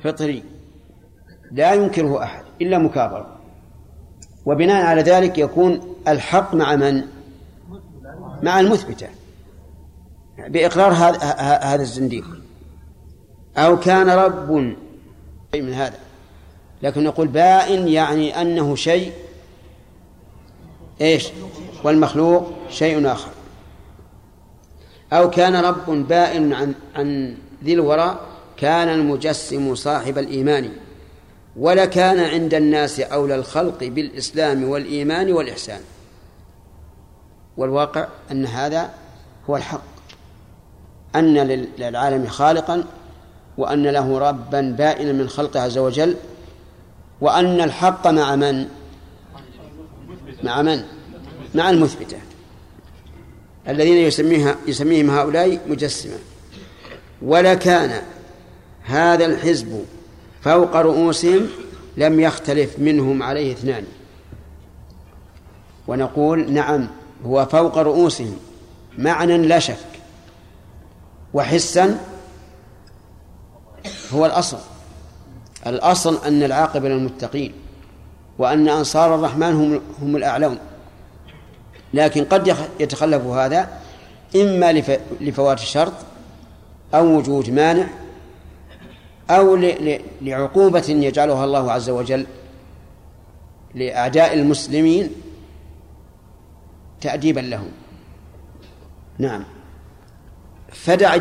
فطري لا ينكره أحد إلا مكابر، وبناء على ذلك يكون الحق مع من؟ مع المثبتة بإقرار هذا الزنديق. أو كان رب من هذا، لكن نقول بائن يعني أنه شيء إيش، والمخلوق شيء آخر. أو كان رب بائن عن ذي الوراء كان المجسم صاحب الإيمان، ولكان عند الناس أولى الخلق بالإسلام والإيمان والإحسان. والواقع أن هذا هو الحق، أن للعالم خالقا، وأن له ربا بائنا من خلقه عز وجل، وأن الحق مع من؟ مع المثبتة الذين يسميهم هؤلاء مجسمة. ولكان هذا الحزب فوق رؤوسهم لم يختلف منهم عليه اثنان. ونقول نعم، هو فوق رؤوسهم معنى لا شك، وحسا هو الأصل أن العاقبة للمتقين، وأن أنصار الرحمن هم الأعلون. لكن قد يتخلف هذا إما لفوات شرط أو وجود مانع أو لعقوبة يجعلها الله عز وجل لأعداء المسلمين تأديبا لهم. نعم. فدع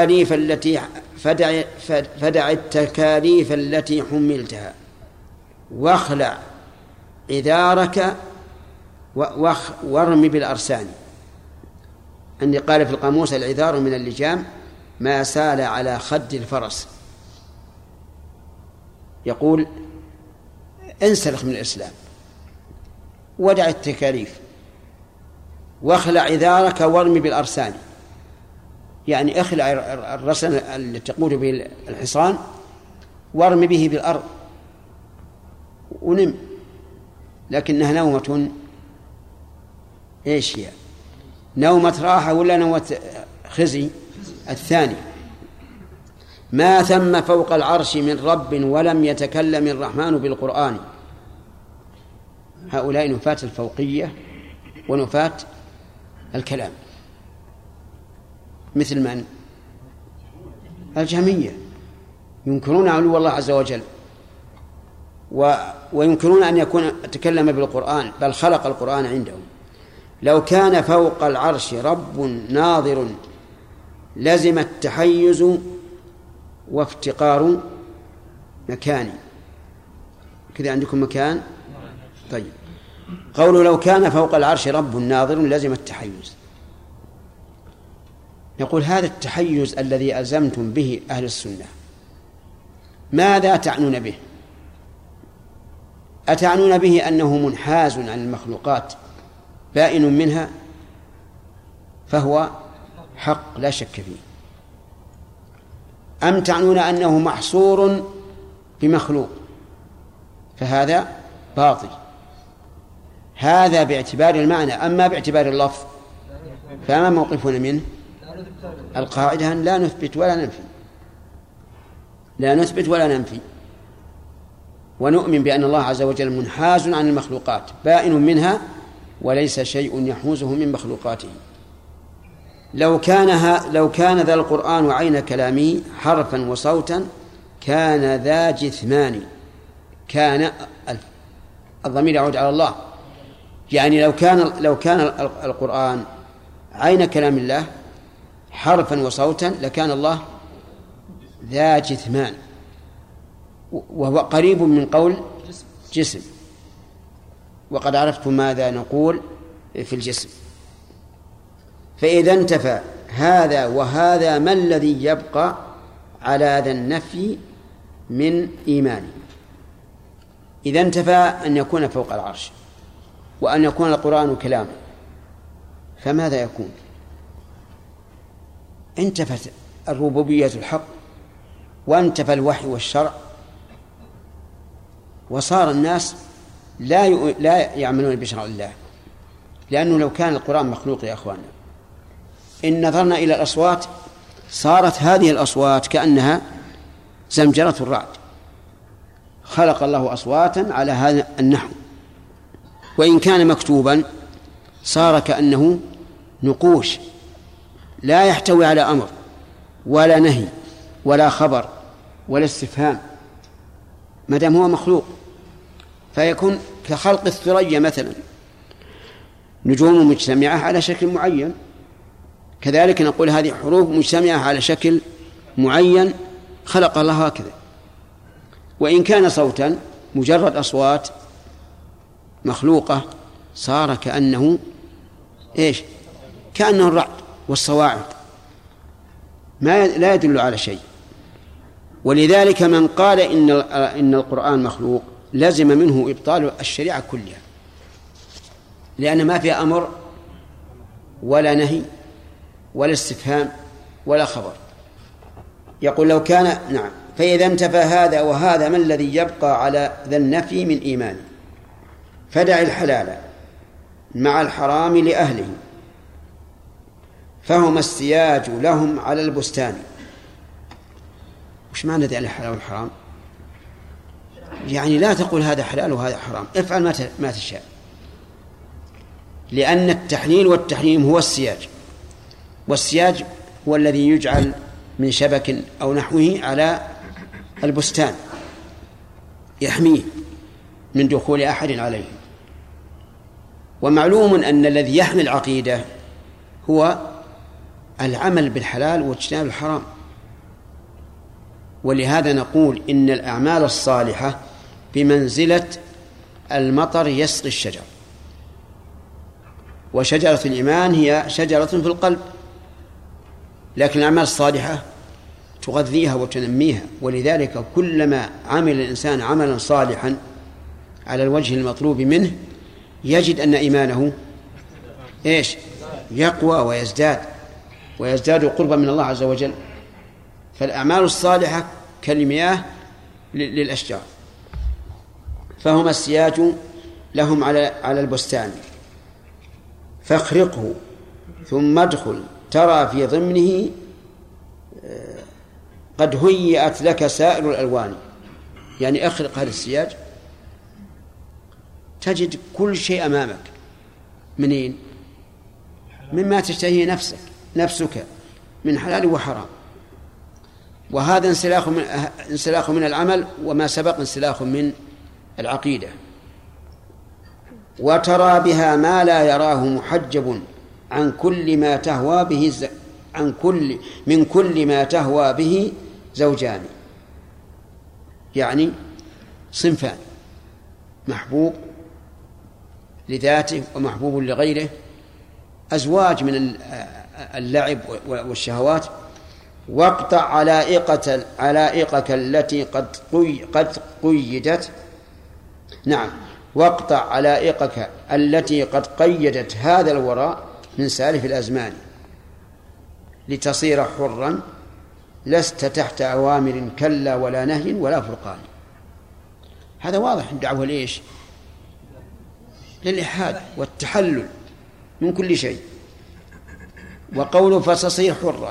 التكاليف التي حملتها واخلع عذارك وارم بالأرسان. عندي قال في القاموس: العذار من اللجام ما سال على خد الفرس. يقول: انسلخ من الإسلام ودع التكاليف واخلع عذارك وارم بالأرسان، يعني اخلع الرسن التي تقود به الحصان وارم به بالأرض ونم. لكنها نومة ايش هي؟ نومة راحة ولا نومة خزي؟ الثاني. ما ثم فوق العرش من رب ولم يتكلم الرحمن بالقرآن. هؤلاء نفاة الفوقية ونفاة الكلام، مثل من؟ الجهمية، ينكرون علو الله عز وجل، وينكرون أن يكون تكلم بالقرآن، بل خلق القرآن عندهم. لو كان فوق العرش رب ناظر لزم التحيز وافتقار مكاني. كذا عندكم مكان؟ طيب. قوله لو كان فوق العرش رب ناظر لزم التحيز. يقول: هذا التحيز الذي ألزمتم به أهل السنة ماذا تعنون به؟ أتعنون به أنه منحاز عن المخلوقات بائن منها؟ فهو حق لا شك فيه. أم تعنون أنه محصور بمخلوق؟ فهذا باطل. هذا باعتبار المعنى، أما باعتبار اللفظ فما موقفنا منه؟ القاعدة أن لا نثبت ولا ننفي، ونؤمن بأن الله عز وجل منحاز عن المخلوقات بائن منها وليس شيء يحوزه من مخلوقاته. لو كان ذا القرآن عين كلامي حرفا وصوتا كان ذا جثمان. كان الضمير يعود على الله، يعني لو كان القرآن عين كلام الله حرفا وصوتا لكان الله ذا جثمان، وهو قريب من قول جسم، وقد عرفتم ماذا نقول في الجسم. فإذا انتفى هذا وهذا ما الذي يبقى على ذا النفي من إيمانه؟ إذا انتفى أن يكون فوق العرش وأن يكون القرآن كلامه، فماذا يكون؟ انتفت الربوبية الحق وانتفى الوحي والشرع، وصار الناس لا يعملون بشرع الله. لأنه لو كان القرآن مخلوق يا أخوانا، إن نظرنا إلى الأصوات صارت هذه الأصوات كأنها زمجرة الرعد، خلق الله أصواتا على هذا النحو. وإن كان مكتوبا صار كأنه نقوش لا يحتوي على أمر ولا نهي ولا خبر ولا استفهام، ما دام هو مخلوق. فيكون كخلق الثريا مثلا، نجوم مجتمعة على شكل معين، كذلك نقول هذه حروف مجتمعة على شكل معين خلق الله هكذا. وإن كان صوتا مجرد أصوات مخلوقة صار كأنه كأنه الرعد والصواعق، لا يدل على شيء. ولذلك من قال إن القرآن مخلوق لازم منه إبطال الشريعة كلها، لأن ما فيها أمر ولا نهي ولا استفهام ولا خبر. يقول لو كان نعم، فإذا انتفى هذا وهذا ما الذي يبقى على ذا النفي من إيمان؟ فدع الحلال مع الحرام لأهله فهما السياج لهم على البستان. وش معنى ذا الحلال والحرام؟ يعني لا تقول هذا حلال وهذا حرام، افعل ما تشاء، لأن التحليل والتحريم هو السياج، والسياج هو الذي يجعل من شبك أو نحوه على البستان يحميه من دخول أحد عليه. ومعلوم أن الذي يحمي العقيدة هو العمل بالحلال واجتناب الحرام. ولهذا نقول إن الأعمال الصالحة بمنزلة المطر يسقي الشجر، وشجرة الإيمان هي شجرة في القلب، لكن الأعمال الصالحة تغذيها وتنميها. ولذلك كلما عمل الإنسان عملا صالحا على الوجه المطلوب منه يجد أن إيمانه يقوى ويزداد قربا من الله عز وجل. فالأعمال الصالحة كالمياه للأشجار. فهما السياج لهم على البستان فاخرقه ثم ادخل ترى في ضمنه قد هيئت لك سائر الألوان. يعني اخرق هذا السياج تجد كل شيء أمامك. منين؟ مما تشتهي نفسك من حلال وحرام. وهذا انسلاخ من العمل، وما سبق انسلاخ من العقيدة. وترى بها ما لا يراه محجب عن كل ما تهوى به من كل ما تهوى به زوجان. يعني صنفان، محبوب لذاته ومحبوب لغيره، أزواج من اللعب والشهوات. واقطع علائقك التي قد قيدت. نعم، واقطع علائقك التي قد قيدت هذا الوراء من سالف الأزمان لتصير حرا لست تحت أوامر كلا ولا نهي ولا فرقان. هذا واضح الدعوة ليش؟ للإلحاد والتحلل من كل شيء. وقوله فتصير حرا،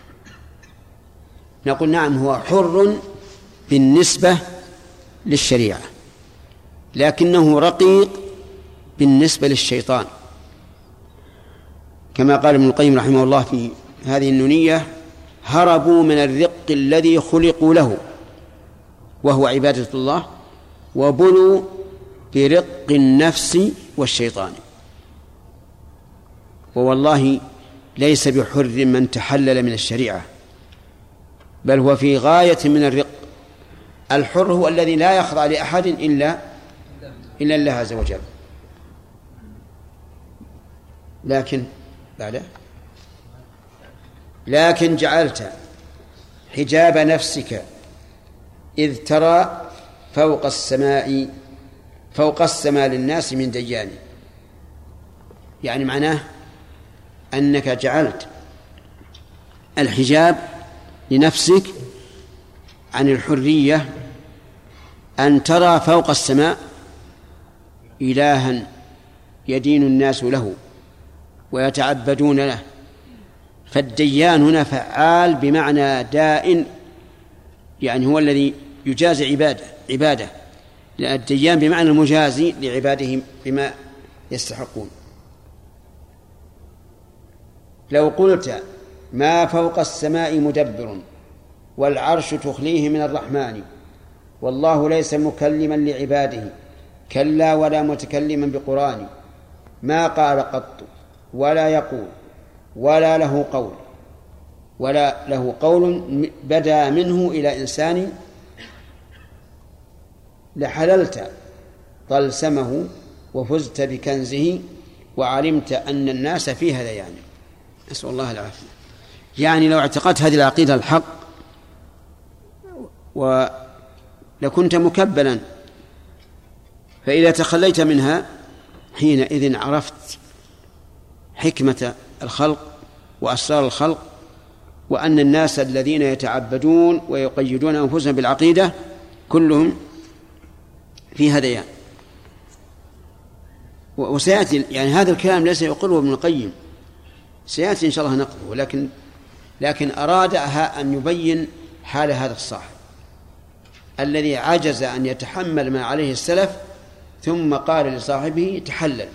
نقول نعم هو حر بالنسبة للشريعة، لكنه رقيق بالنسبة للشيطان، كما قال ابن القيم رحمه الله في هذه النونية: هربوا من الرق الذي خلقوا له وهو عبادة الله، وبلوا برق النفس والشيطان. ووالله ليس بحر من تحلل من الشريعة، بل هو في غاية من الرق. الحر هو الذي لا يخضع لأحد إلا الله عز وجل. لكن جعلت حجاب نفسك إذ ترى فوق السماء للناس من ديان. يعني معناه أنك جعلت الحجاب لنفسك عن الحرية أن ترى فوق السماء إلها يدين الناس له ويتعبدون له. فالديان هنا فعال بمعنى دائن، يعني هو الذي يجازي عباده، الديان بمعنى المجازي لعباده بما يستحقون. لو قلت ما فوق السماء مدبر والعرش تخليه من الرحمن والله ليس مكلما لعباده كلا ولا متكلما بقرآن ما قال قط ولا يقول ولا له قول بدا منه إلى إنسان لحللت طلسمه وفزت بكنزه وعلمت أن الناس في هذا يعني. نسأل الله العافية. يعني لو اعتقدت هذه العقيدة الحق ولكنت مكبلا، فإذا تخليت منها حينئذ عرفت حكمة الخلق وأسرار الخلق، وأن الناس الذين يتعبدون ويقيدون أنفسهم بالعقيدة كلهم في هذيان. وسيأتي يعني هذا الكلام ليس يقره ابن القيم، سيأتي إن شاء الله نقله، لكن أرادها أن يبين حال هذا الصاحب الذي عجز أن يتحمل ما عليه السلف ثم قال لصاحبه تحلل.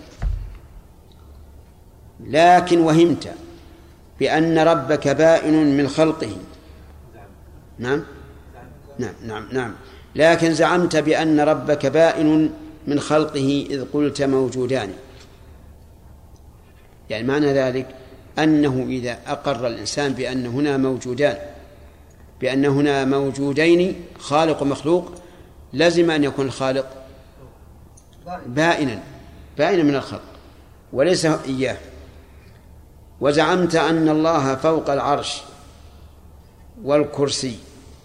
لكن وهمت بأن ربك بائن من خلقه. نعم. لكن زعمت بأن ربك بائن من خلقه إذ قلت موجودان. يعني معنى ذلك أنه إذا أقر الإنسان بأن هنا موجودان، بأن هنا موجودين خالق ومخلوق، لازم أن يكون الخالق بائنا من الخلق وليس إياه. وزعمت أن الله فوق العرش والكرسي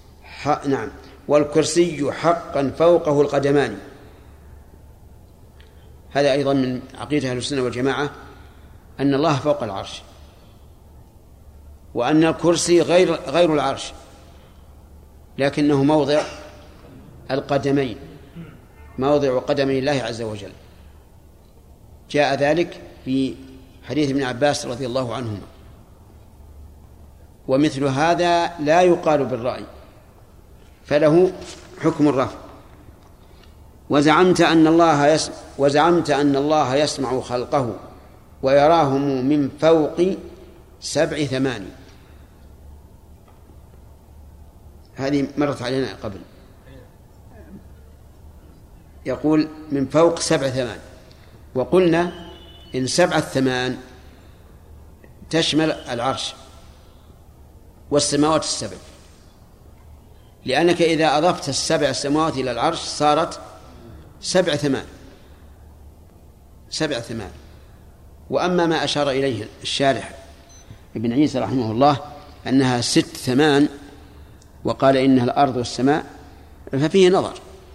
والكرسي حقا فوقه القدمان. هذا أيضا من عقيدة أهل السنة والجماعة أن الله فوق العرش، وأن الكرسي غير العرش لكنه موضع القدمين، موضع قدمي الله عز وجل. جاء ذلك في حديث ابن عباس رضي الله عنهما. ومثل هذا لا يقال بالرأي فله حكم الرفع. وزعمت أن الله يسمع خلقه ويراهم من فوق 7 ثمان. هذه مرت علينا قبل. يقول من فوق 7 ثمان، وقلنا إن 7 ثمان تشمل العرش والسماوات ال7، لأنك إذا أضفت 7 السماوات إلى العرش صارت 7 ثمان. وأما ما أشار إليه الشارح ابن عيسى رحمه الله أنها 6 ثمان وقال إنها الأرض والسماء، ففيه نظر،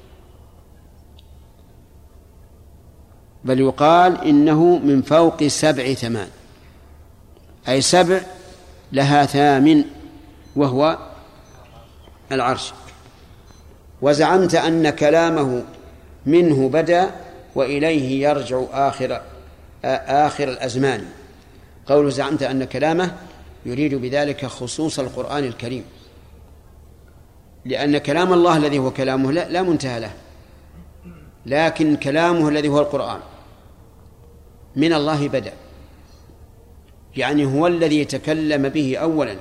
بل يقال إنه من فوق 7 ثمان، أي 7 لها 8 وهو العرش. وزعمت أن كلامه منه بدأ وإليه يرجع آخر الأزمان. قول زعمت أن كلامه يريد بذلك خصوص القرآن الكريم، لأن كلام الله الذي هو كلامه لا منتهى له، لكن كلامه الذي هو القرآن من الله بدأ، يعني هو الذي تكلم به أولا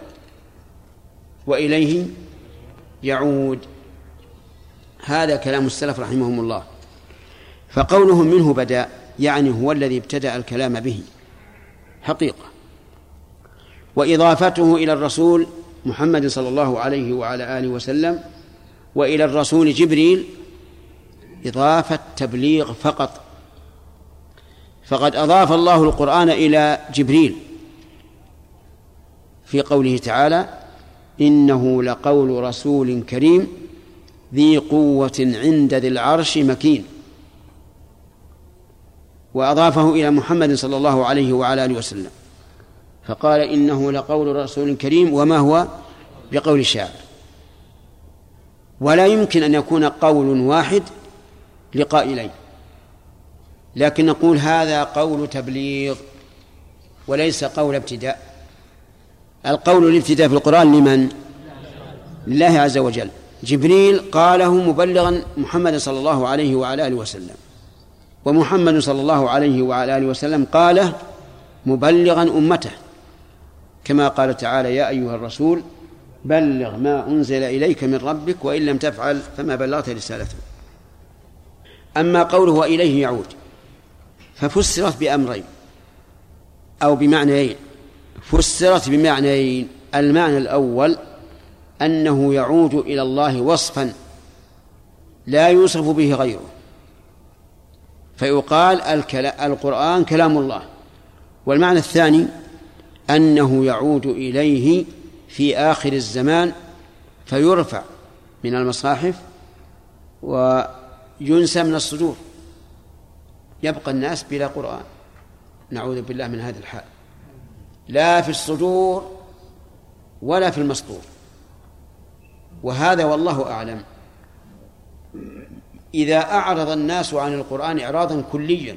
وإليه يعود. هذا كلام السلف رحمهم الله. فقولهم منه بدأ يعني هو الذي ابتدأ الكلام به حقيقة. وإضافته إلى الرسول محمد صلى الله عليه وعلى آله وسلم وإلى الرسول جبريل إضافة تبليغ فقط. فقد أضاف الله القرآن إلى جبريل في قوله تعالى إنه لقول رسول كريم ذي قوة عند ذي العرش مكين. وأضافه إلى محمد صلى الله عليه وعلى آله وسلم فقال إنه لقول رسول كريم وما هو بقول شاعر. ولا يمكن أن يكون قول واحد لقائلين، لكن نقول هذا قول تبليغ وليس قول ابتداء. القول الابتداء في القرآن لمن؟ لله عز وجل. جبريل قاله مبلغا محمد صلى الله عليه وعلى آله وسلم، ومحمد صلى الله عليه وعلى آله وسلم قاله مبلغا أمته، كما قال تعالى: يا أيها الرسول بلغ ما أنزل إليك من ربك وإن لم تفعل فما بلغت رسالته. أما قوله وإليه يعود ففسرت بأمرين أو بمعنيين. فسرت بمعنيين: المعنى الأول أنه يعود إلى الله وصفا لا يوصف به غيره، فيقال القرآن كلام الله. والمعنى الثاني أنه يعود إليه في آخر الزمان فيرفع من المصاحف وينسى من الصدور، يبقى الناس بلا قرآن، نعوذ بالله من هذا الحال، لا في الصدور ولا في المسطور. وهذا والله أعلم إذا أعرض الناس عن القرآن إعراضا كليا،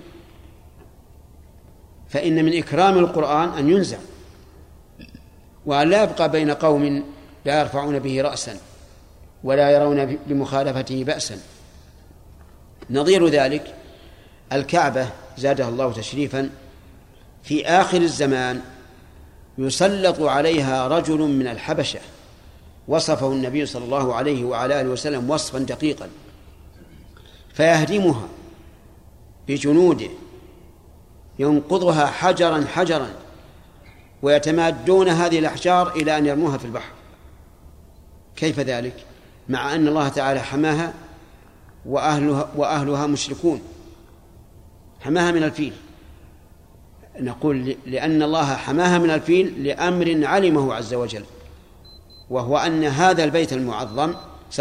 فإن من إكرام القرآن أن ينزع، وأن لا يبقى بين قوم لا يرفعون به رأسا ولا يرون بمخالفته بأسا. نظير ذلك الكعبة زادها الله تشريفا، في آخر الزمان يسلط عليها رجل من الحبشة وصفه النبي صلى الله عليه وعلى آله وسلم وصفا دقيقا، فيهدمها بجنوده، ينقضها حجرا حجرا، ويتمادون هذه الأحجار إلى أن يرموها في البحر. كيف ذلك مع أن الله تعالى حماها وأهلها مشركون؟ حماها من الفيل. نقول لأن الله حماها من الفيل لأمر علمه عز وجل، وهو أن هذا البيت المعظم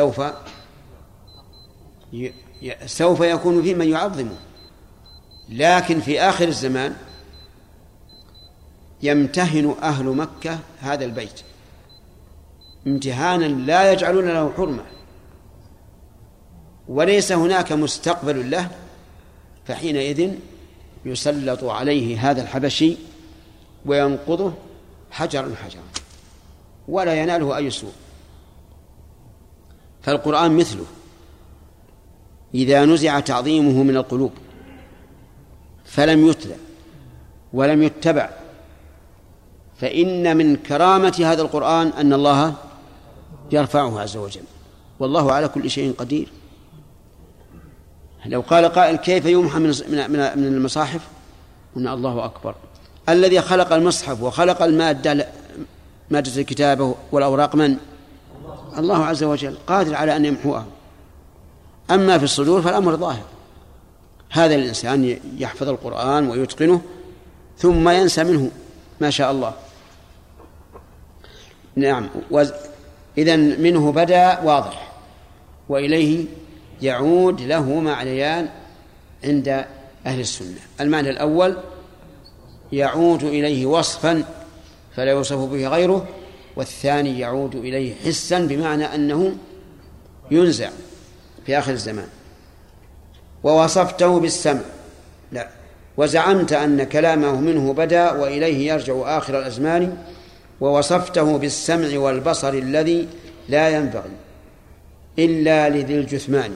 سوف يكون فيه من يعظمه. لكن في آخر الزمان يمتهن أهل مكة هذا البيت امتهانا لا يجعلون له حرمة، وليس هناك مستقبل له، فحينئذ يسلط عليه هذا الحبشي وينقضه حجرا حجرا ولا يناله أي سوء. فالقرآن مثله إذا نزع تعظيمه من القلوب فلم يتلى ولم يتبع، فإن من كرامة هذا القرآن أن الله يرفعه عز وجل، والله على كل شيء قدير. لو قال قائل كيف يمحى من المصاحف؟ قلنا الله أكبر، الذي خلق المصحف وخلق مادة الكتابة والأوراق من؟ الله عز وجل، قادر على أن يمحوها. أما في الصدور فالأمر ظاهر، هذا الإنسان يحفظ القرآن ويتقنه ثم ينسى منه ما شاء الله. نعم، إذن منه بدأ واضح، وإليه يعود له معنيان عند أهل السنة. المعنى الأول يعود إليه وصفا فلا يوصف به غيره، والثاني يعود إليه حسا بمعنى أنه ينزع في آخر الزمان. ووصفته بالسمع، لا، وزعمت أن كلامه منه بدأ وإليه يرجع آخر الأزمان، ووصفته بالسمع والبصر الذي لا ينبغي إلا لذي الجثمان.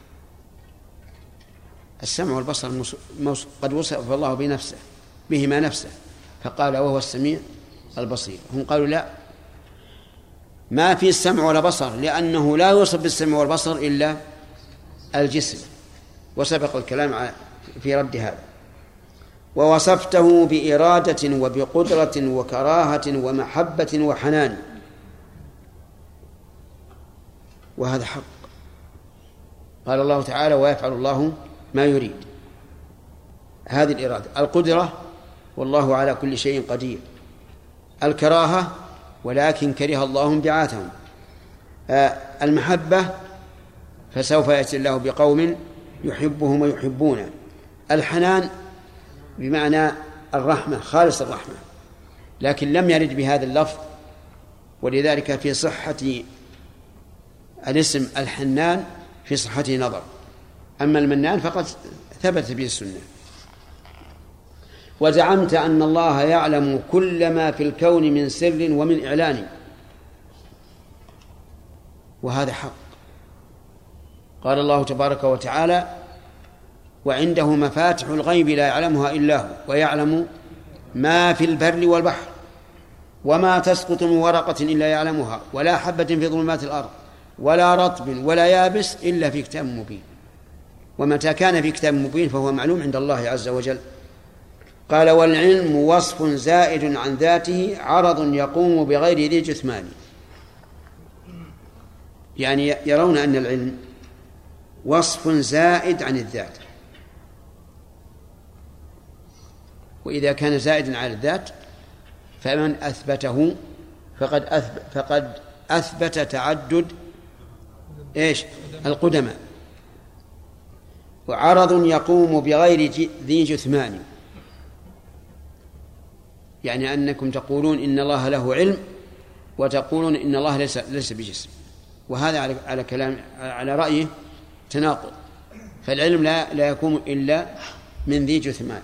السمع والبصر قد وصف الله بهما نفسه فقال وهو السميع البصير. هم قالوا لا، ما في السمع ولا بصر، لأنه لا يوصف بالسمع والبصر إلا الجسم، وسبق الكلام في رد هذا. ووصفته بإرادة وبقدرة وكراهة ومحبة وحنان، وهذا حق. قال الله تعالى ويفعل الله ما يريد. هذه الإرادة. القدرة والله على كل شيء قدير. الكراهة ولكن كره الله انبعاثهم. المحبة فسوف يأتي الله بقوم يحبهم ويحبونه. الحنان بمعنى الرحمة، خالص الرحمة، لكن لم يرد بهذا اللفظ، ولذلك في صحة الاسم الحنان في صحته نظر، أما المنان فقد ثبت به السنة. وزعمت أن الله يعلم كل ما في الكون من سر ومن إعلان، وهذا حق. قال الله تبارك وتعالى: وعنده مفاتح الغيب لا يعلمها إلا هو ويعلم ما في البر والبحر وما تسقط من ورقة إلا يعلمها ولا حبة في ظلمات الأرض ولا رطب ولا يابس إلا في كتاب مبين. ومتى كان في كتاب مبين فهو معلوم عند الله عز وجل. قال: والعلم وصف زائد عن ذاته عرض يقوم بغير ذي جثمان. يعني يرون أن العلم وصف زائد عن الذات، وإذا كان زائدا على الذات فمن أثبته فقد أثبت تعدد القدماء. وعرض يقوم بغير ذي جثمان، يعني أنكم تقولون إن الله له علم وتقولون إن الله ليس بجسم، وهذا على كلام على رأيه تناقض. فالعلم لا يكون إلا من ذي جثمان.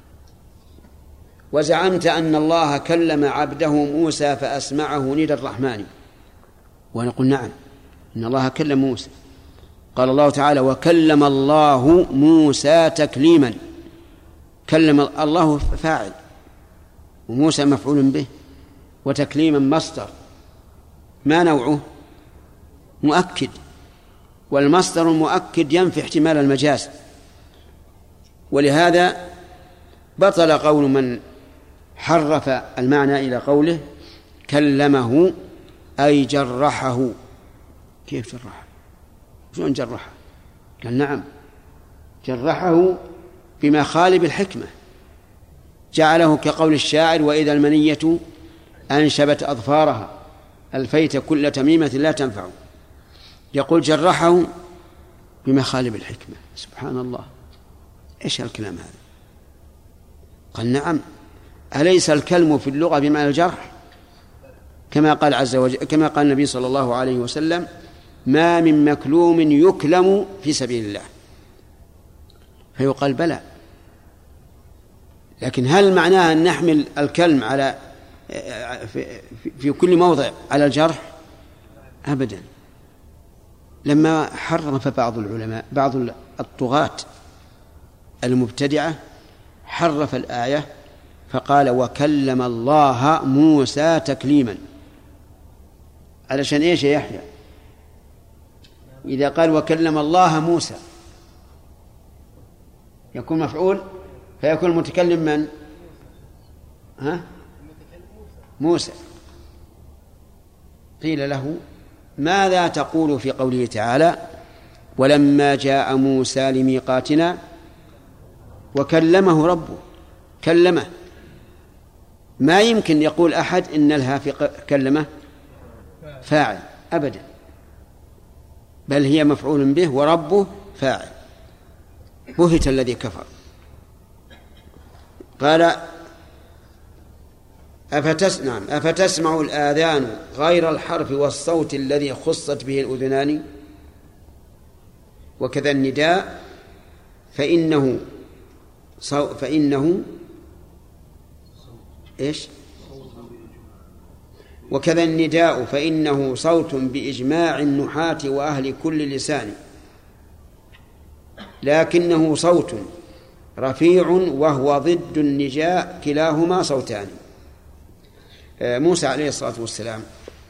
وزعمت أن الله كلم عبده موسى فأسمعه ندى الرحمن، ونقول نعم، إن الله كلم موسى. قال الله تعالى: وكلم الله موسى تكليما. كلم الله فاعل وموسى مفعول به، وتكليما مصدر. ما نوعه؟ مؤكد، والمصدر المؤكد ينفي احتمال المجاز. ولهذا بطل قول من حرف المعنى إلى قوله كلمه أي جرحه. كيف جرحه؟ شلون جرحه؟ قال نعم، جرحه بمخالب الحكمة، جعله كقول الشاعر: وإذا المنية أنشبت أظفارها ألفيت كل تميمة لا تنفع. يقول جرحه بمخالب الحكمة. سبحان الله، إيش الكلام هذا؟ قال نعم، أليس الكلم في اللغة بمعنى الجرح؟ كما قال عز وجل، كما قال النبي صلى الله عليه وسلم: ما من مكلوم يكلم في سبيل الله. فيقال بلى، لكن هل معناه أن نحمل الكلم على في كل موضع على الجرح؟ أبدا. لما حرف بعض العلماء، بعض الطغاة المبتدعة، حرف الآية فقال: وكلم الله موسى تكليما. علشان إيش يا يحيى؟ إذا قال وكلم الله موسى يكون مفعول، فيكون المتكلم من؟ موسى. قيل له: ماذا تقول في قوله تعالى: ولما جاء موسى لميقاتنا وكلمه ربه؟ كلمه، ما يمكن يقول أحد إن لها في كلمه فاعل أبدا، بل هي مفعول به وربه فاعل. بهت الذي كفر. قال: أفتسمع الآذان غير الحرف والصوت الذي خصت به الأذنان. وكذا النداء فإنه إيش؟ وكذا النداء فإنه صوت بإجماع النحاة وأهل كل لسان، لكنه صوت رفيع وهو ضد النجاء، كلاهما صوتان. موسى عليه الصلاة والسلام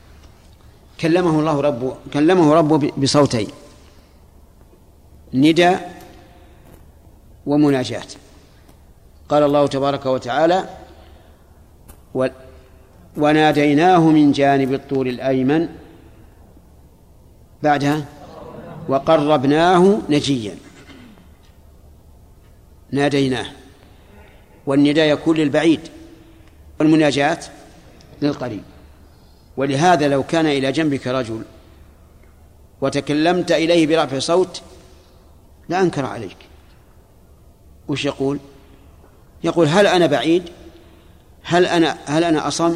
كلمه ربه بصوتين: ندى ومناجاة. قال الله تبارك وتعالى: وناديناه من جانب الطور الأيمن، بعدها وقربناه نجيا. ناديناه، والنداء يكون للبعيد والمناجاة للقريب. ولهذا لو كان إلى جنبك رجل وتكلمت إليه برفع صوت لا أنكر عليك، وش يقول؟ يقول: هل أنا بعيد؟ هل أنا أصم؟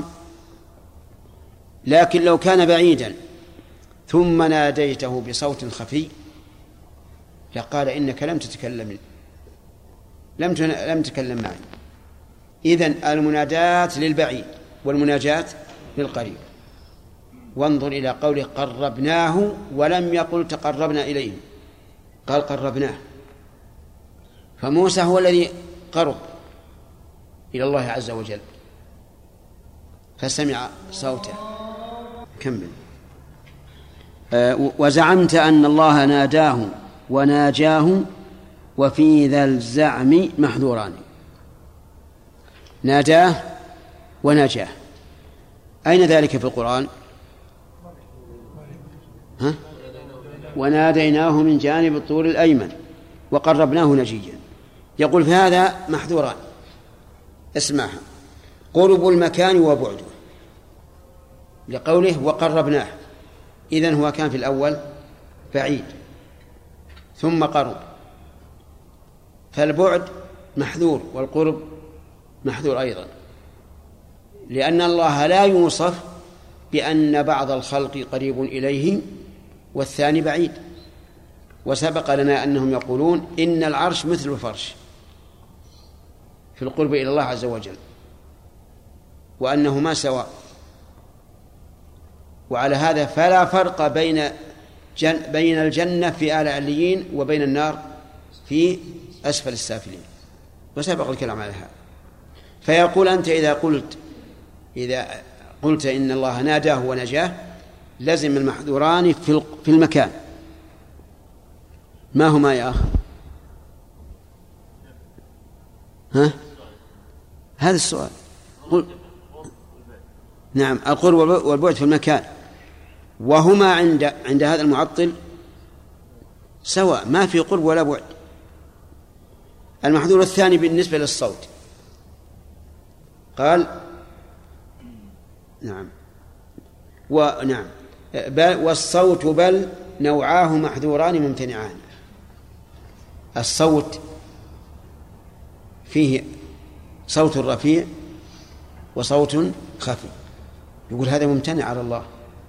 لكن لو كان بعيدا ثم ناديته بصوت خفي لقال: إنك لم تتكلم، لم تكلم معي. إذن المنادات للبعيد والمناجاة للقريب. وانظر إلى قوله قربناه، ولم يقل تقربنا إليه، قال قربناه، فموسى هو الذي قرب إلى الله عز وجل فسمع صوته. كمل. وزعمت أن الله ناداه وناجاه وفي ذا الزعم محذوران. ناداه وناجاه، أين ذلك في القرآن؟ وناديناه من جانب الطور الأيمن وقربناه نجيا. يقول في هذا محذوران، اسمعها: قرب المكان وبعده، لقوله وقربناه، إذن هو كان في الأول بعيد ثم قرب، فالبعد محذور والقرب محذور أيضا، لأن الله لا يوصف بأن بعض الخلق قريب إليه والثاني بعيد. وسبق لنا أنهم يقولون إن العرش مثل الفرش في القرب إلى الله عز وجل، وأنهما سواء. وعلى هذا فلا فرق بين الجنة في أعلى عليين وبين النار في أسفل السافلين، وسبق الكلام على هذا. فيقول أنت إذا قلت إن الله ناداه ونجاه لزم المحذوران في المكان. ما هما يا أخي؟ هذا السؤال. نعم، القرب والبعد في المكان، وهما عند هذا المعطل سواء، ما في قرب ولا بعد. المحذور الثاني بالنسبة للصوت قال نعم والصوت بل نوعاه محذوران ممتنعان. الصوت فيه صوت رفيع وصوت خفي، يقول هذا ممتنع على الله،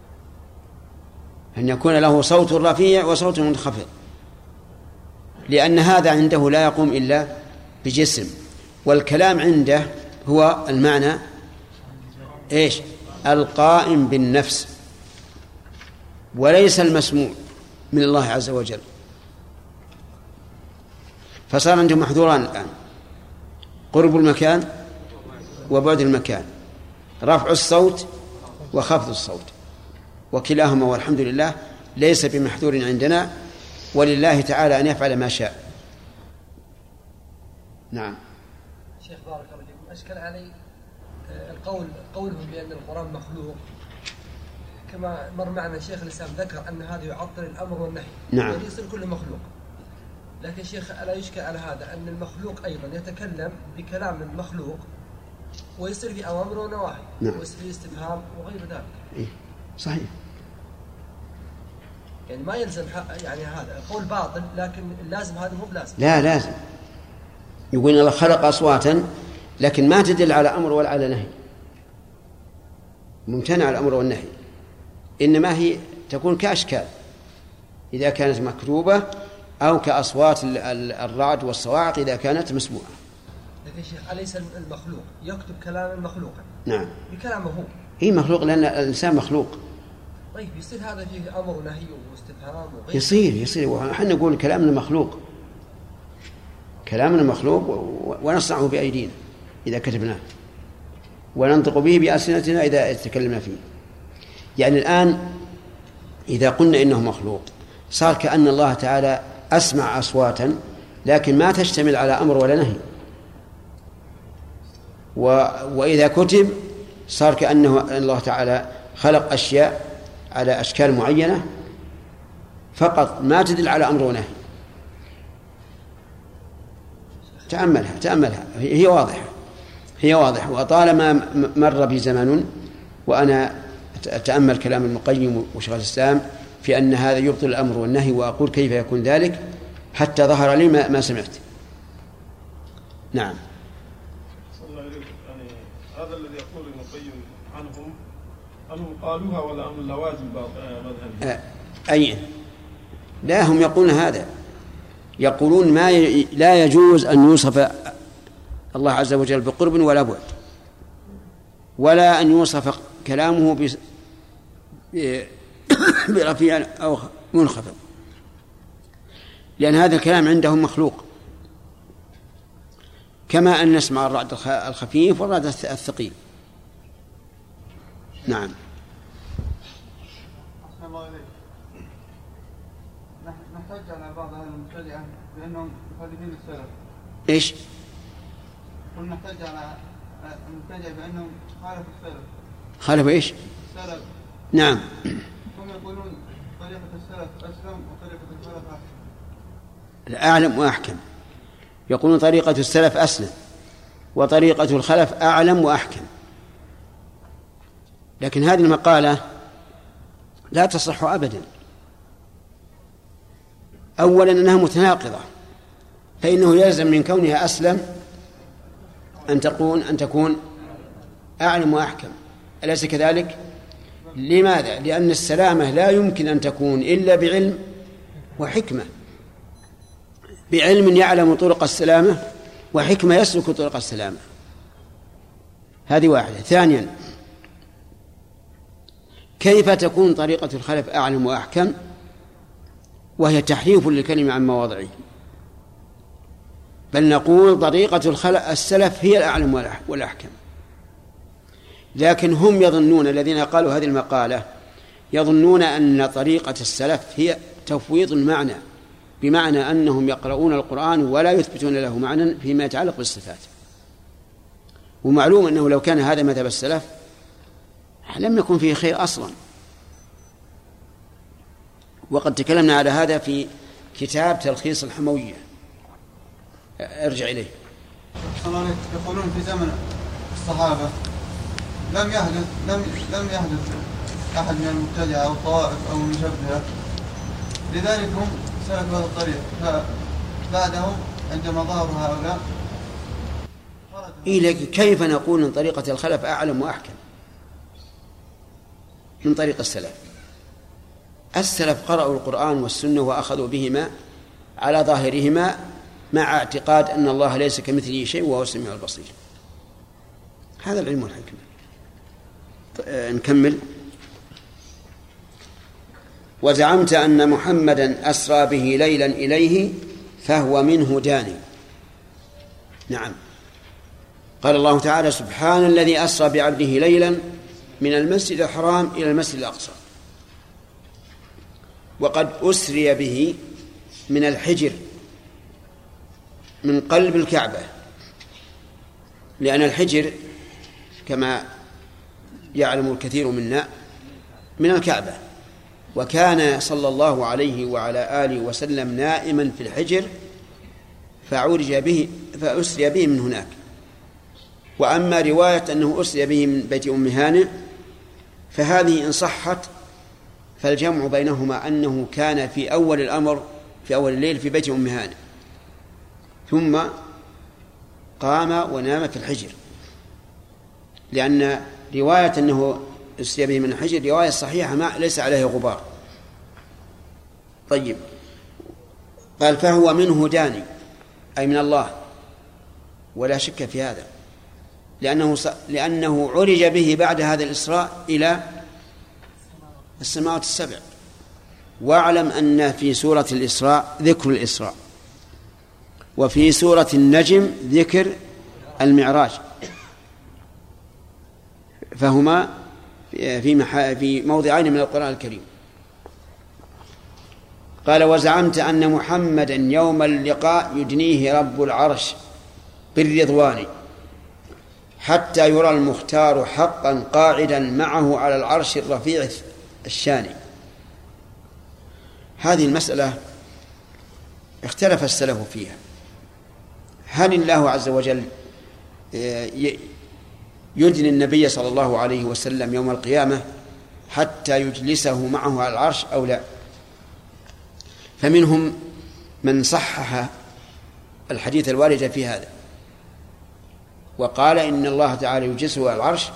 أن يكون له صوت رفيع وصوت منخفض، لأن هذا عنده لا يقوم إلا بجسم، والكلام عنده هو المعنى إيش؟ القائم بالنفس، وليس المسموع من الله عز وجل. فصار عندهم محذوران الآن: قرب المكان وبعد المكان، رفع الصوت وخفض الصوت، وكلاهما والحمد لله ليس بمحذور عندنا، ولله تعالى أن يفعل ما شاء. نعم. شيخ بارك الله فيكم، أشكل علي قولهم بأن القرآن مخلوق، كما مر معنا شيخ الإسلام ذكر أن هذا يعطل الأمر والنهي، نعم، يعني يصير كله مخلوق. لكن شيخ ألا يشكل على هذا أن المخلوق أيضا يتكلم بكلام المخلوق ويصير في أوامر ونواهي، نعم، ويصير في استفهام وغير ذلك. إيه صحيح، يعني ما يلزم يعني هذا قول باطل، لكن لازم هذا مو بلازم. لا لازم. يقول الله خلق أصواتا لكن ما تدل على أمر ولا على نهي، ممتنع الأمر والنهي، إنما هي تكون كأشكال إذا كانت مكتوبة، أو كأصوات الرعد والصواعق إذا كانت مسموعة. لكن شيخ أليس المخلوق يكتب كلام مخلوقا؟ نعم، بكلامه هو. هي مخلوق لأن الإنسان مخلوق. طيب يصير هذا فيه أمر ونهي واستفهام وغير؟ يصير وحنا نقول كلامنا مخلوق، كلامنا مخلوق ونصنعه بأيدينا إذا كتبناه، وننطق به بألسنتنا إذا تكلمنا فيه. يعني الآن إذا قلنا إنه مخلوق صار كأن الله تعالى أسمع أصواتا لكن ما تشتمل على أمر ولا نهي، وإذا كتب صار كأنه الله تعالى خلق أشياء على أشكال معينة فقط ما تدل على أمر ونهي. تأملها هي واضحة. وطالما مر بي زمن وأنا أتأمل كلام ابن القيم وشيخ الإسلام في أن هذا يبطل الأمر والنهي، وأقول كيف يكون ذلك حتى ظهر لي ما سمعت. نعم. يعني هذا الذي يقول ابن القيم عنهم قالوها ولا أم اللوازم مذهبي؟ أي لا، هم يقولون هذا، يقولون لا يجوز أن يوصف الله عز وجل بقرب ولا بعد، ولا أن يوصف كلامه برفيع أو منخفض. لأن هذا الكلام عندهم مخلوق، كما أن نسمع الرعد الخفيف والرعد الثقيل. نعم. نحتج على بعض أهل المبتدعة بأنهم مخالفين السلف. إيش؟ قلنا نحتج على المبتدعة بأنهم خالفوا السلف. خالفوا إيش؟ السلف. نعم. هم يقولون طريقة السلف أسلم وطريقة الخلف أحكم. أعلم وأحكم. يقولون طريقة السلف أسلم وطريقة الخلف أعلم وأحكم. لكن هذه المقالة لا تصح أبدا. أولا أنها متناقضة، فإنه يلزم من كونها أسلم أن تكون أعلم وأحكم، أليس كذلك؟ لماذا؟ لأن السلامة لا يمكن أن تكون إلا بعلم وحكمة، بعلم يعلم طرق السلامة وحكمة يسلك طرق السلامة. هذه واحدة. ثانيا، كيف تكون طريقة الخلف أعلم وأحكم وهي تحريف للكلمة عن مواضعه؟ بل نقول طريقة السلف هي الأعلم والأحكم. لكن هم يظنون، الذين قالوا هذه المقالة يظنون أن طريقة السلف هي تفويض المعنى، بمعنى أنهم يقرؤون القرآن ولا يثبتون له معنى فيما يتعلق بالصفات. ومعلوم أنه لو كان هذا مذهب السلف لم يكن فيه خير أصلا. وقد تكلمنا على هذا في كتاب تلخيص الحموية، ارجع إليه. يقولون في زمن الصحابة لم يحدث أحد من المبتدعة أو الطوائف أو المشبهة، لذلك هم سلكوا هذا الطريق، فبعدهم عندما ظهروا هؤلاء كيف نقول أن طريقة الخلف أعلم وأحكم من طريق السلف؟ السلف قرأوا القرآن والسنة وأخذوا بهما على ظاهرهما مع اعتقاد أن الله ليس كمثله شيء وهو السميع البصير. هذا العلم والحكمة. نكمل. وزعمت أن محمدا أسرى به ليلا إليه فهو منه داني. نعم. قال الله تعالى: سبحان الذي أسرى بعبده ليلا من المسجد الحرام إلى المسجد الأقصى. وقد أسري به من الحجر من قلب الكعبة، لأن الحجر كما يعلم الكثير منا من الكعبة، وكان صلى الله عليه وعلى آله وسلم نائما في الحجر فأسري به من هناك. وأما رواية أنه أسري به من بيت أم هانئ فهذه إن صحت فالجمع بينهما أنه كان في أول الأمر في أول الليل في بيت أم هانئ، ثم قام ونام في الحجر، لأن رواية أنه أسري به من الحجر رواية صحيحة ما ليس عليه غبار. طيب، قال فهو منه داني، أي من الله، ولا شك في هذا، لأنه عرج به بعد هذا الإسراء إلى السماوات السبع. واعلم أن في سورة الإسراء ذكر الإسراء، وفي سورة النجم ذكر المعراج، فهما في موضعين من القرآن الكريم. قال: وزعمت أن محمدا يوم اللقاء يدنيه رب العرش بالرضوان حتى يرى المختار حقا قاعدا معه على العرش الرفيع الشاني. هذه المسألة اختلف السلف فيها، هل الله عز وجل يدني النبي صلى الله عليه وسلم يوم القيامة حتى يجلسه معه على العرش أو لا؟ فمنهم من صحح الحديث الوارد في هذا وقال إن الله تعالى يجلسه على العرش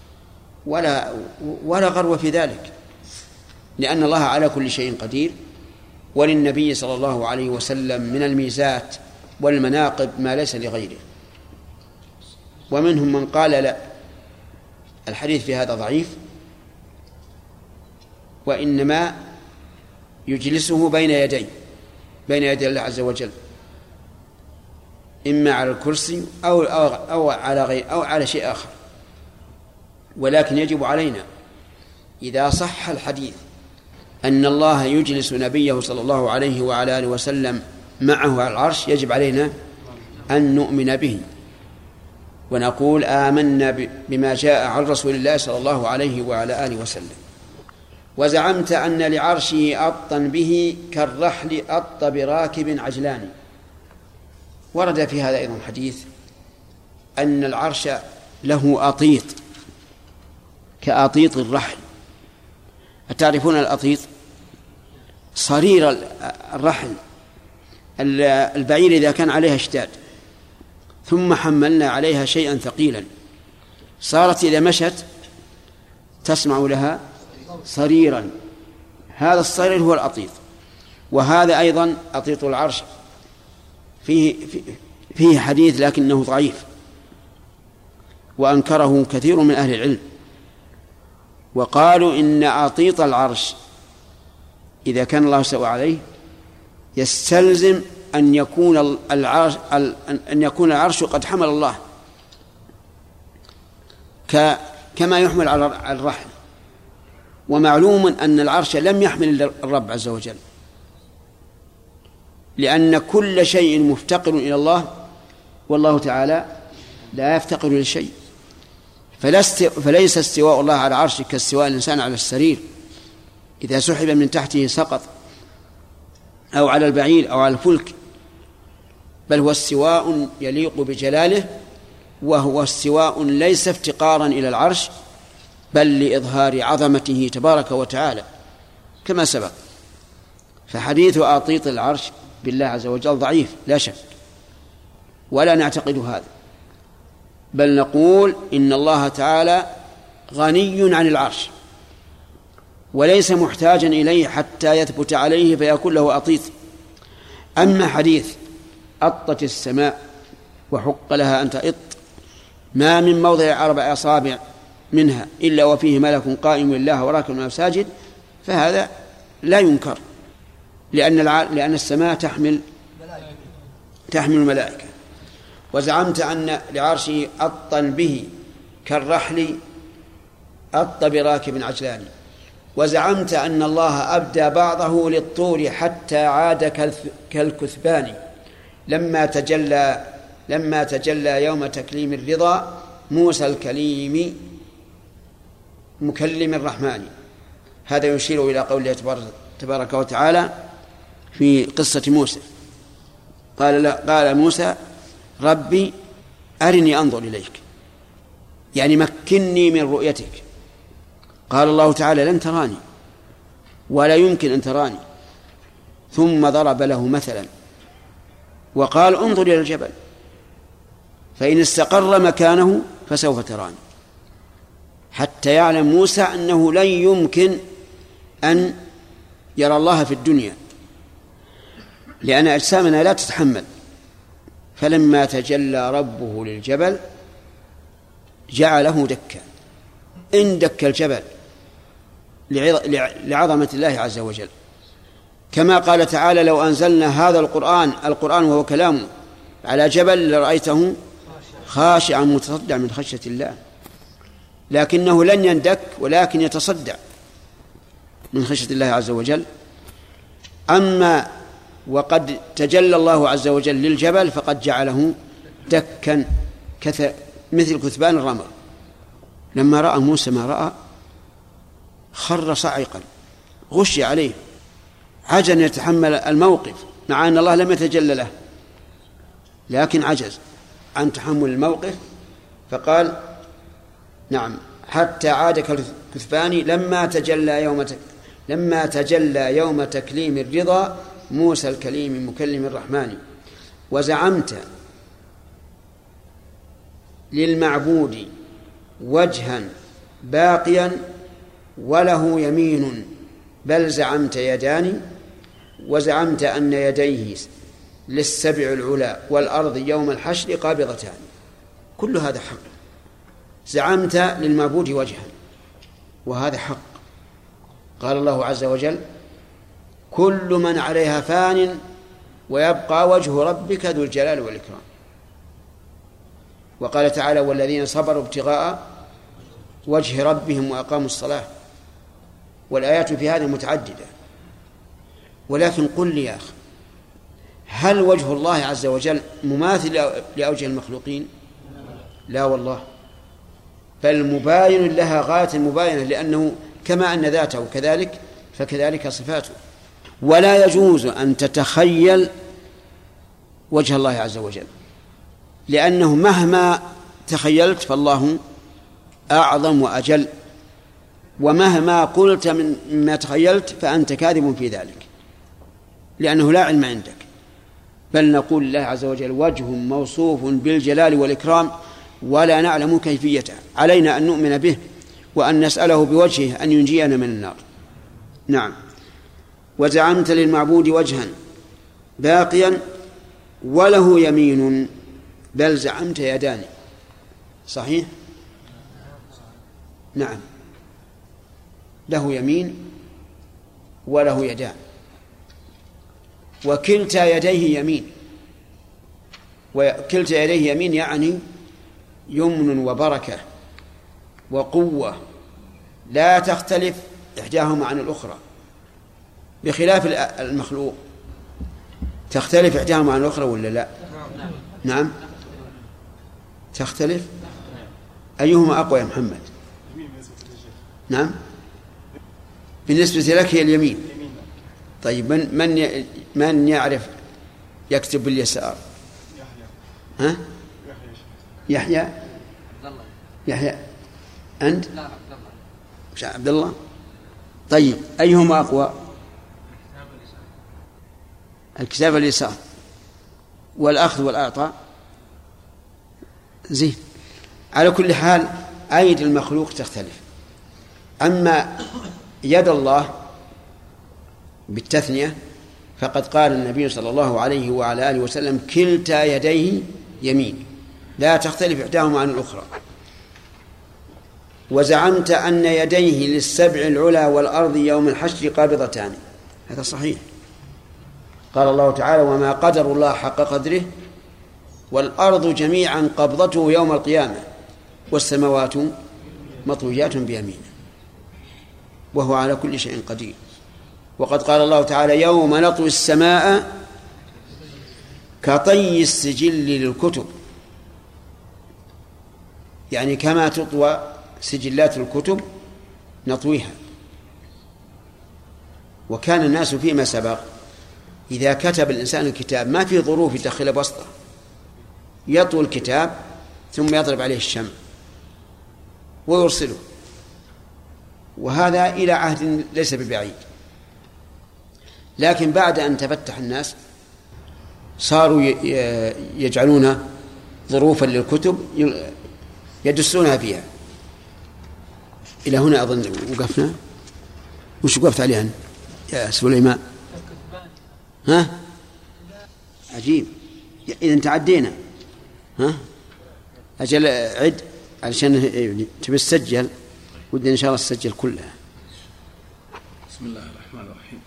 ولا غرو في ذلك، لأن الله على كل شيء قدير، وللنبي صلى الله عليه وسلم من الميزات والمناقب ما ليس لغيره. ومنهم من قال لا، الحديث في هذا ضعيف، وإنما يجلسه بين يديه بين يدي الله عز وجل، إما على الكرسي أو على شيء آخر. ولكن يجب علينا إذا صح الحديث أن الله يجلس نبيه صلى الله عليه وعلى آله وسلم معه على العرش، يجب علينا أن نؤمن به ونقول آمنا بما جاء عن رسول الله صلى الله عليه وعلى آله وسلم. وزعمت أن لعرشه أطا به كالرحل أط براكب عجلان. ورد في هذا أيضا حديث أن العرش له أطيط كأطيط الرحل. أتعرفون الأطيط؟ صرير الرحل، البعير إذا كان عليها اشتاد ثم حملنا عليها شيئا ثقيلا صارت إذا مشت تسمع لها صريرا، هذا الصرير هو الأطيط. وهذا أيضا أطيط العرش فيه حديث لكنه ضعيف وأنكره كثير من أهل العلم، وقالوا إن أطيط العرش إذا كان الله سوى عليه يستلزم أن يكون العرش قد حمل الله كما يحمل على الرحل. ومعلوم أن العرش لم يحمل الرب عز وجل، لأن كل شيء مفتقر إلى الله والله تعالى لا يفتقر لشيء. فليس استواء الله على عرشه كاستواء الإنسان على السرير إذا سحب من تحته سقط، أو على البعير أو على الفلك، بل هو استواء يليق بجلاله، وهو استواء ليس افتقارا إلى العرش بل لإظهار عظمته تبارك وتعالى كما سبق. فحديث أطيط العرش بالله عز وجل ضعيف لا شك، ولا نعتقد هذا، بل نقول إن الله تعالى غني عن العرش وليس محتاجا إليه حتى يثبت عليه فيكون له أطيط. أما حديث أطت السماء وحق لها أن تئط ما من موضع 4 أصابع منها إلا وفيه ملك قائم لله وراكب المساجد، فهذا لا ينكر، لأن السماء تحمل الملائكة. وزعمت أن لعرشه أطا به كالرحل أط براكب عجلان. وزعمت أن الله أبدى بعضه للطور حتى عاد كالكثبان لما تجلى يوم تكليم الرضا موسى الكليم مكلم الرحمن. هذا يشير إلى قوله تبارك وتعالى في قصة موسى، قال موسى ربي أرني أنظر إليك، يعني مكنني من رؤيتك. قال الله تعالى لن تراني ولا يمكن أن تراني، ثم ضرب له مثلا وقال انظر إلى الجبل فإن استقر مكانه فسوف تراني، حتى يعلم موسى أنه لن يمكن أن يرى الله في الدنيا لأن أجسامنا لا تتحمل. فلما تجلى ربه للجبل جعله دكا، اندك الجبل لعظمة الله عز وجل، كما قال تعالى لو أنزلنا هذا القرآن وهو كلامه على جبل لرأيته خاشعا متصدعا من خشية الله، لكنه لن يندك ولكن يتصدع من خشية الله عز وجل. أما وقد تجلى الله عز وجل للجبل فقد جعله دكا مثل كثبان الرمل. لما رأى موسى ما رأى خر صعقا، غشي عليه، عجز أن يتحمل الموقف مع أن الله لم يتجلى له، لكن عجز عن تحمل الموقف فقال نعم حتى عاد كالكثبان لما تجلى يوم تكليم الرضا موسى الكليم مكلم الرحمن. وزعمت للمعبود وجها باقيا وله يمين بل زعمت يدان. وزعمت أن يديه للسبع العلا والأرض يوم الحشر قابضتان. كل هذا حق. زعمت للمعبود وجها وهذا حق. قال الله عز وجل كل من عليها فان ويبقى وجه ربك ذو الجلال والإكرام. وقال تعالى والذين صبروا ابتغاء وجه ربهم وأقاموا الصلاة. والآيات في هذا متعددة. ولكن قل لي يا أخي، هل وجه الله عز وجل مماثل لأوجه المخلوقين؟ لا والله، بل مباين لها غاية المباينة، لأنه كما أن ذاته كذلك فكذلك صفاته. ولا يجوز أن تتخيل وجه الله عز وجل، لأنه مهما تخيلت فالله أعظم وأجل، ومهما قلت مما تخيلت فأنت كاذب في ذلك، لأنه لا علم عندك. بل نقول لله عز وجل وجه موصوف بالجلال والإكرام ولا نعلم كيفيته، علينا أن نؤمن به وأن نسأله بوجهه أن ينجينا من النار. نعم. وزعمت للمعبود وجها باقيا وله يمين، بل زعمت يدان. صحيح؟ نعم، له يمين وله يدان، وكلتا يديه يمين. وكلتا يديه يمين يعني يمن وبركة وقوة لا تختلف إحداهما عن الأخرى، بخلاف المخلوق تختلف إحداهما عن الأخرى ولا لا؟ نعم تختلف. أيهما أقوى يا محمد؟ نعم بالنسبة لك هي اليمين. طيب من يعرف يكتب باليسار؟ ها؟ يحيى. يحيى أنت؟ مش عبد الله. طيب أيهما أقوى؟ الكتاب اليسار. والأخذ والأعطاء زين. على كل حال أيدي المخلوق تختلف. أما يد الله بالتثنية فقد قال النبي صلى الله عليه وعلى آله وسلم كلتا يديه يمين لا تختلف إحداهما عن الأخرى. وزعمت أن يديه للسبع العلا والأرض يوم الحشر قابضتان. هذا صحيح. قال الله تعالى وما قدر الله حق قدره والأرض جميعا قبضته يوم القيامة والسماوات مطويات بيمينه وهو على كل شيء قدير. وقد قال الله تعالى يوم نطوي السماء كطي السجل للكتب، يعني كما تطوى سجلات الكتب نطويها. وكان الناس فيما سبق إذا كتب الإنسان الكتاب ما في ظروف يدخل بسطة، يطوي الكتاب ثم يضرب عليه الشمع ويرسله، وهذا إلى عهد ليس ببعيد. لكن بعد أن تفتح الناس صاروا يجعلون ظروفا للكتب يدسونها فيها. إلى هنا أظن وقفنا. وش وقفت عليها يا سليمان؟ ها؟ عجيب. إذا تعدينا. ها؟ أجل عد علشان تبي تسجل، ودنا إن شاء الله تسجل كلها. بسم الله الرحمن الرحيم.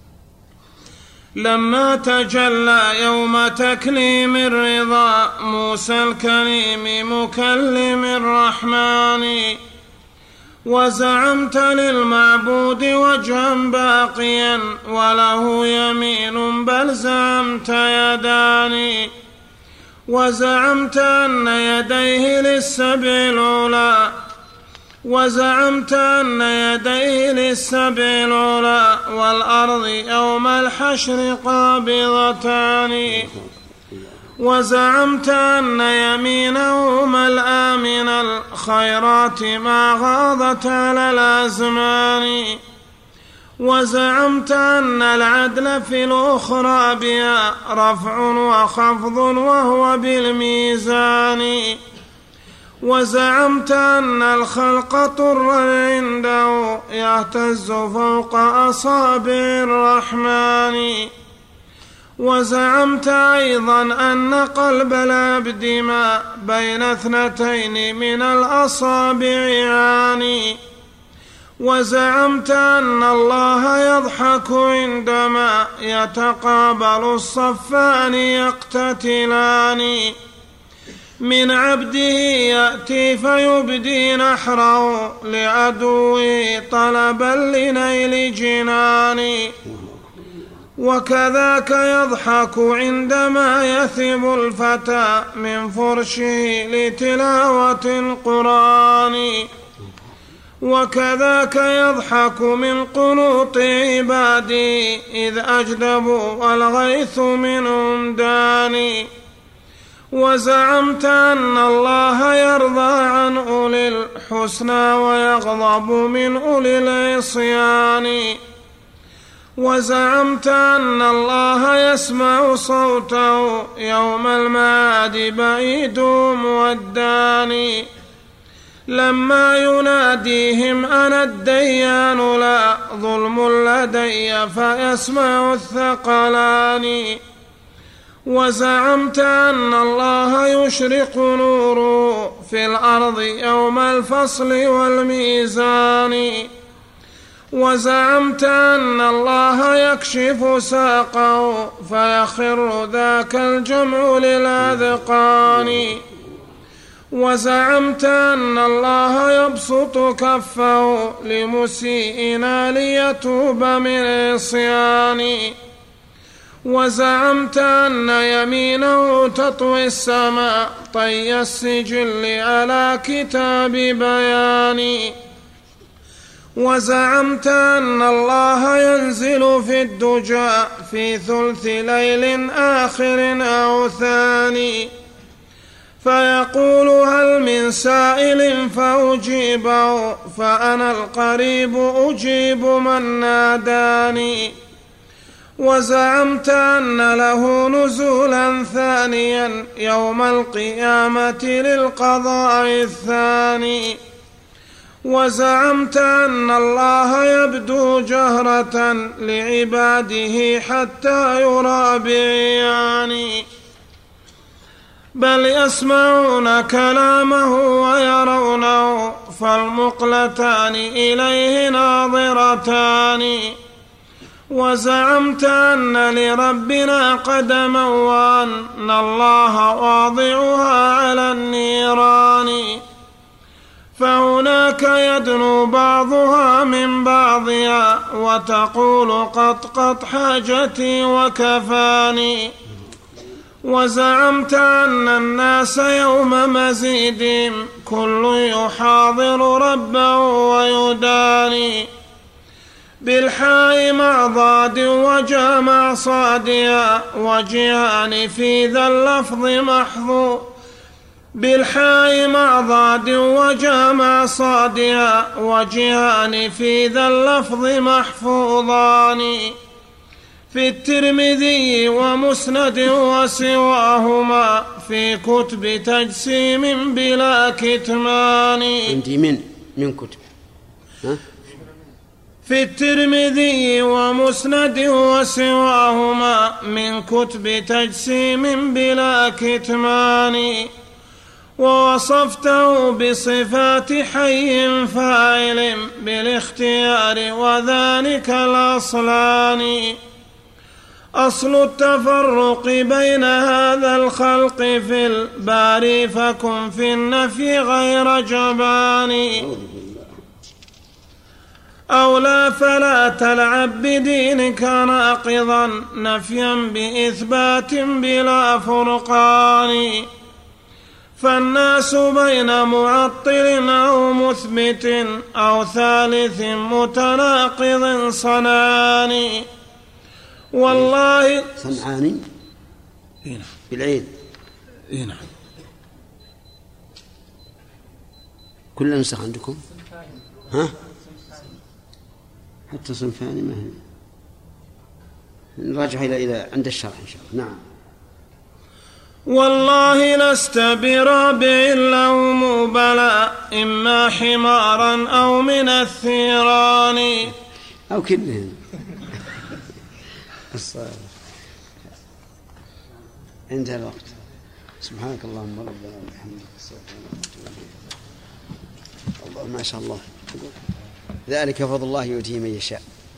لما تجلى يوم تكليم الرضا موسى الكريم مكلم الرحمن وزعمت للمعبود وجها باقيا وله يمين بل زعمت يدان وزعمت أن يديه للسبع العلا وزعمت أن يديه للسبع العلا والأرض يوم الحشر قابضتان وزعمت أن يمينه ملأى من الخيرات ما غاضت على الأزمان وزعمت أن العدل في الأخرى بها رفع وخفض وهو بالميزان وزعمت أن الخلق طر عنده يهتز فوق أصابع الرحمن وزعمت أيضا أن قلب العبد ما بين اثنتين من الأصابع يعاني وزعمت أن الله يضحك عندما يتقابل الصفان يقتتلان من عبده يأتي فيبدي نحره لعدوه طلبا لنيل جنان وكذاك يضحك عندما يثب الفتى من فرشه لتلاوة القرآن وكذاك يضحك من قنوط عبادي إذ أجدبوا والغيث منهم داني وزعمت أن الله يرضى عن أولي الحسنى ويغضب من أولي العصيان وزعمت أن الله يسمع صوته يوم المعاد بعيدهم والداني لما يناديهم أنا الديان لا ظلم لدي فيسمع الثقلان وزعمت أن الله يشرق نوره في الأرض يوم الفصل والميزان وزعمت أن الله يكشف ساقه فيخر ذاك الجمع للأذقان وزعمت أن الله يبسط كفه لمسيئنا ليتوب من عصيان وزعمت أن يمينه تطوي السماء طي السجل على كتاب بيان وزعمت أن الله ينزل في الدجى في ثلث ليل آخر أو ثاني فيقول هل من سائل فأجيبه فأنا القريب أجيب من ناداني وزعمت أن له نزولا ثانيا يوم القيامة للقضاء الثاني وزعمت أن الله يبدو جهرة لعباده حتى يرى بعيان بل يسمعون كلامه ويرونه فالمقلتان إليه ناظرتان وزعمت أن لربنا قدما وأن الله واضعها على النيران فهناك يدنو بعضها من بعضها وتقول قط حاجتي وكفاني وزعمت أن الناس يوم مزيدهم كل يحاضر ربه ويداني بالحاء مع ضاد وجمع صادها وجهان في ذا اللفظ محظوظ بالحاء مع ضاد وجمع صادها وجهان في ذا اللفظ محفوظان في الترمذي ومسند وسواهما في كتب تجسيم بلا كتمان عندي من كتب في الترمذي ومسند وسواهما من كتب تجسيم بلا كتمان ووصفته بصفات حي فاعل بالاختيار وذلك الأصلان أصل التفرق بين هذا الخلق في الباري فكن في النفي غير جبان أو لا فلا تلعب بدينك ناقضا نفيا بإثبات بلا فرقان فالناس بين معطل أو مثبت أو ثالث متناقض صنعان والله صنعاني بالعين نعم كل نسخ عندكم ها حتى صنفاني ما هي نراجع إلى عند الشرح إن شاء الله. نعم والله لست برابع اللوم بلى إما حمارا أو من الثيران أو كلهم انتهى الوقت. سبحانك اللهم ربنا وبحمدك الله ما شاء الله. ذلك فضل الله يؤتيه من يشاء.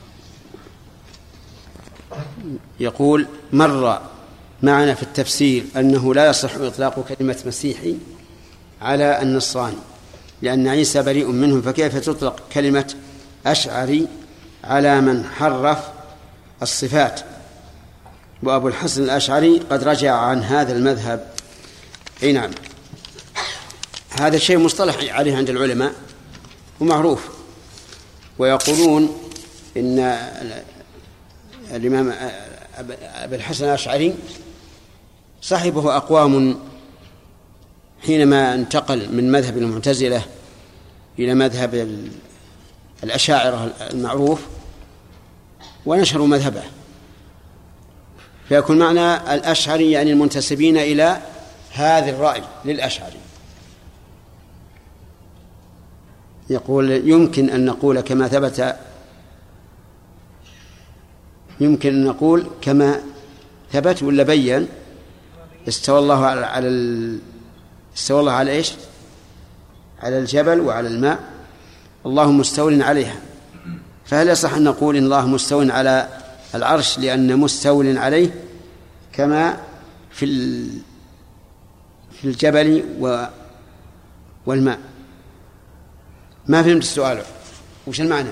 يقول مر معنا في التفسير أنه لا يصح إطلاق كلمة مسيحي على النصراني لأن عيسى بريء منهم، فكيف تطلق كلمة أشعري على من حرف الصفات؟ وأبو الحسن الأشعري قد رجع عن هذا المذهب. أي نعم، هذا شيء مصطلح عليه عند العلماء ومعروف. ويقولون إن الإمام أبو الحسن الأشعري صاحبه أقوام حينما انتقل من مذهب المعتزلة إلى مذهب الأشاعرة المعروف ونشروا مذهبه، فيكون معنى الأشعري يعني المنتسبين إلى هذا الرأي للأشعري. يقول يمكن أن نقول كما ثبت، يمكن أن نقول كما ثبت ولا بين استوى الله استوى الله على إيش؟ على الجبل وعلى الماء، الله مستول عليها. فهل يصح أن نقول إن الله مستول على العرش لأن مستول عليه كما في الجبل والماء؟ ما فهمت السؤال، وش المعنى؟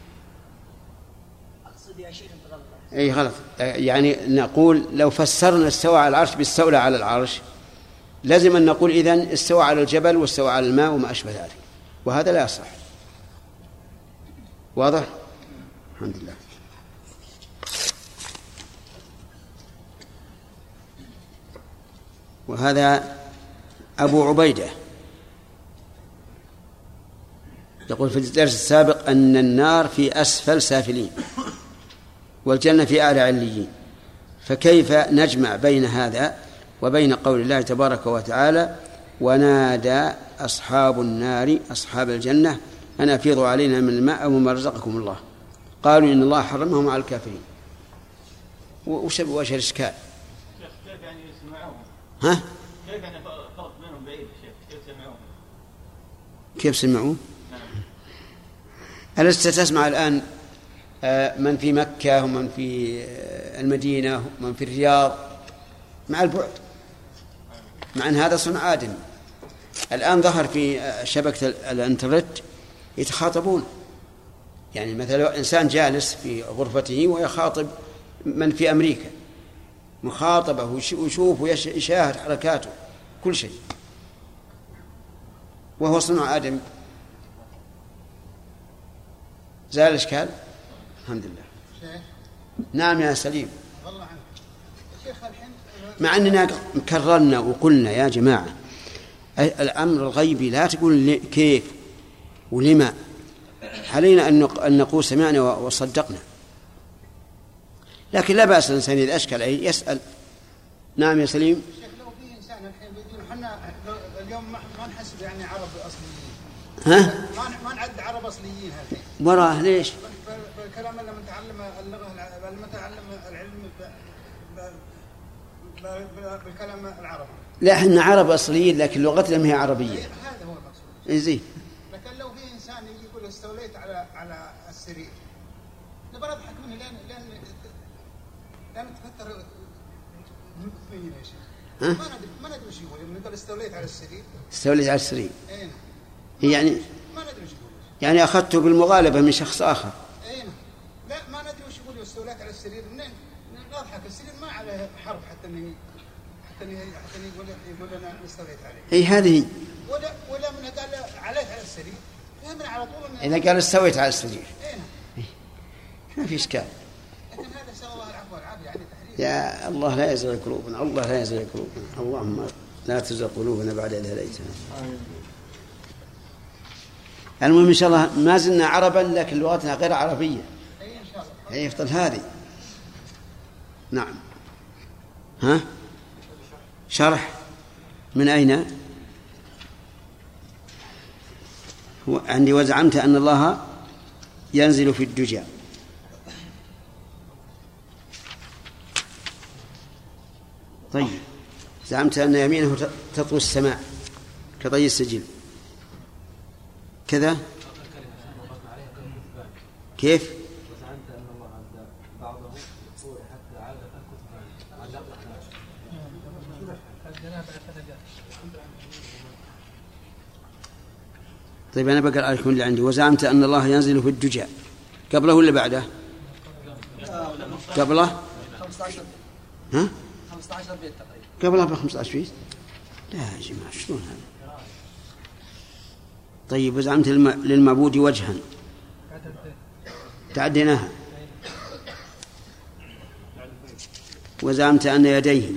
أقصد يا شيخ غلط. أي غلط، يعني نقول لو فسرنا استوى على العرش باستولى على العرش لازم أن نقول إذن استوى على الجبل واستوى على الماء وما أشبه ذلك، وهذا لا يصح. واضح؟ الحمد لله. وهذا أبو عبيدة يقول في الدرس السابق أن النار في أسفل سافلين والجنة في أعلى عليين، فكيف نجمع بين هذا وبين قول الله تبارك وتعالى ونادى أصحاب النار أصحاب الجنة أن أفيضوا علينا من الماء وما رزقكم الله قالوا إن الله حرمهم على الكافرين. وش الإشكال؟ كيف يعني يسمعون؟ ها؟ كيف يعني فرق بينهم بعيد كيف سمعون؟ كيف سمعون؟ ألست تسمع الآن من في مكة ومن في المدينة ومن في الرياض مع البعد، مع أن هذا صنع آدم. الآن ظهر في شبكة الانترنت يتخاطبون، يعني مثلا إنسان جالس في غرفته ويخاطب من في أمريكا مخاطبة ويشوف ويشاهد حركاته كل شيء، وهو صنع آدم. زال الإشكال؟ الحمد لله. نعم يا سليم. مع أننا كررنا وقلنا يا جماعة الأمر الغيبي لا تقول كيف ولما، علينا أن نقول سمعنا وصدقنا، لكن لا بأس الإنسان إذا أشكل عليه يسأل. نعم يا سليم. لو في إنسان الحين بيقول حنا اليوم ما نحسب يعني عرب أصليين، ها؟ ما نعد عرب أصليين الحين. وراه ليش؟ بالكلام لما نتعلم اللغة لما نتعلم العلم بالكلام العربي. لا احنا عرب أصليين لكن لغتنا ما هي عربية. هذا هو المقصود. زين. لكن لو في إنسان يقول استوليت على السرير نبغى نضحك منه لأن تفتر مين يا شيخ؟ ما ندري وش يقول لما يقول استوليت على السرير. استوليت على السرير. إيه. يعني ما ندري وش يقول. يعني أخذته بالمغالبة من شخص آخر. إيه. لا ما ندري وش يقول استوليت على السرير منين؟ نضحك السرير ما عليه حرب حتى يقول لنا استوليت عليه. أي هذه. ولا من قال عليت على السرير. من على طول. إذا قال استويت على السرير. إيه. ما في إشكال. لكن هذا سوى الله العفو والعافية يعني تحريف. يا الله لا يزغ قلوبنا، الله لا يزغ قلوبنا، اللهم لا تزغ قلوبنا بعد إذ هديتنا. المهم إن شاء الله ما زلنا عربا لكن لغتنا غير عربية. إن شاء الله. يفضل هذه. نعم. ها؟ شرح من أين؟ عندي وزعمت أن الله ينزل في الدجى. طيب زعمت أن يمينه تطوي السماء كطي السجل كذا. كيف؟ وزعمت أن الله عز بعضه حتى عاد طيب أنا بقرأ لكم اللي عندي. وزعمت أن الله ينزل في الدجى، قبله ولا بعده؟ قبله 15 ها؟ 15 بيت تقريبا. قبلها ب15 بيت؟ لا يا جماعة شلون هذا؟ طيب وزعمت للمعبود وجها، تعديناها. وزعمت أن يديه،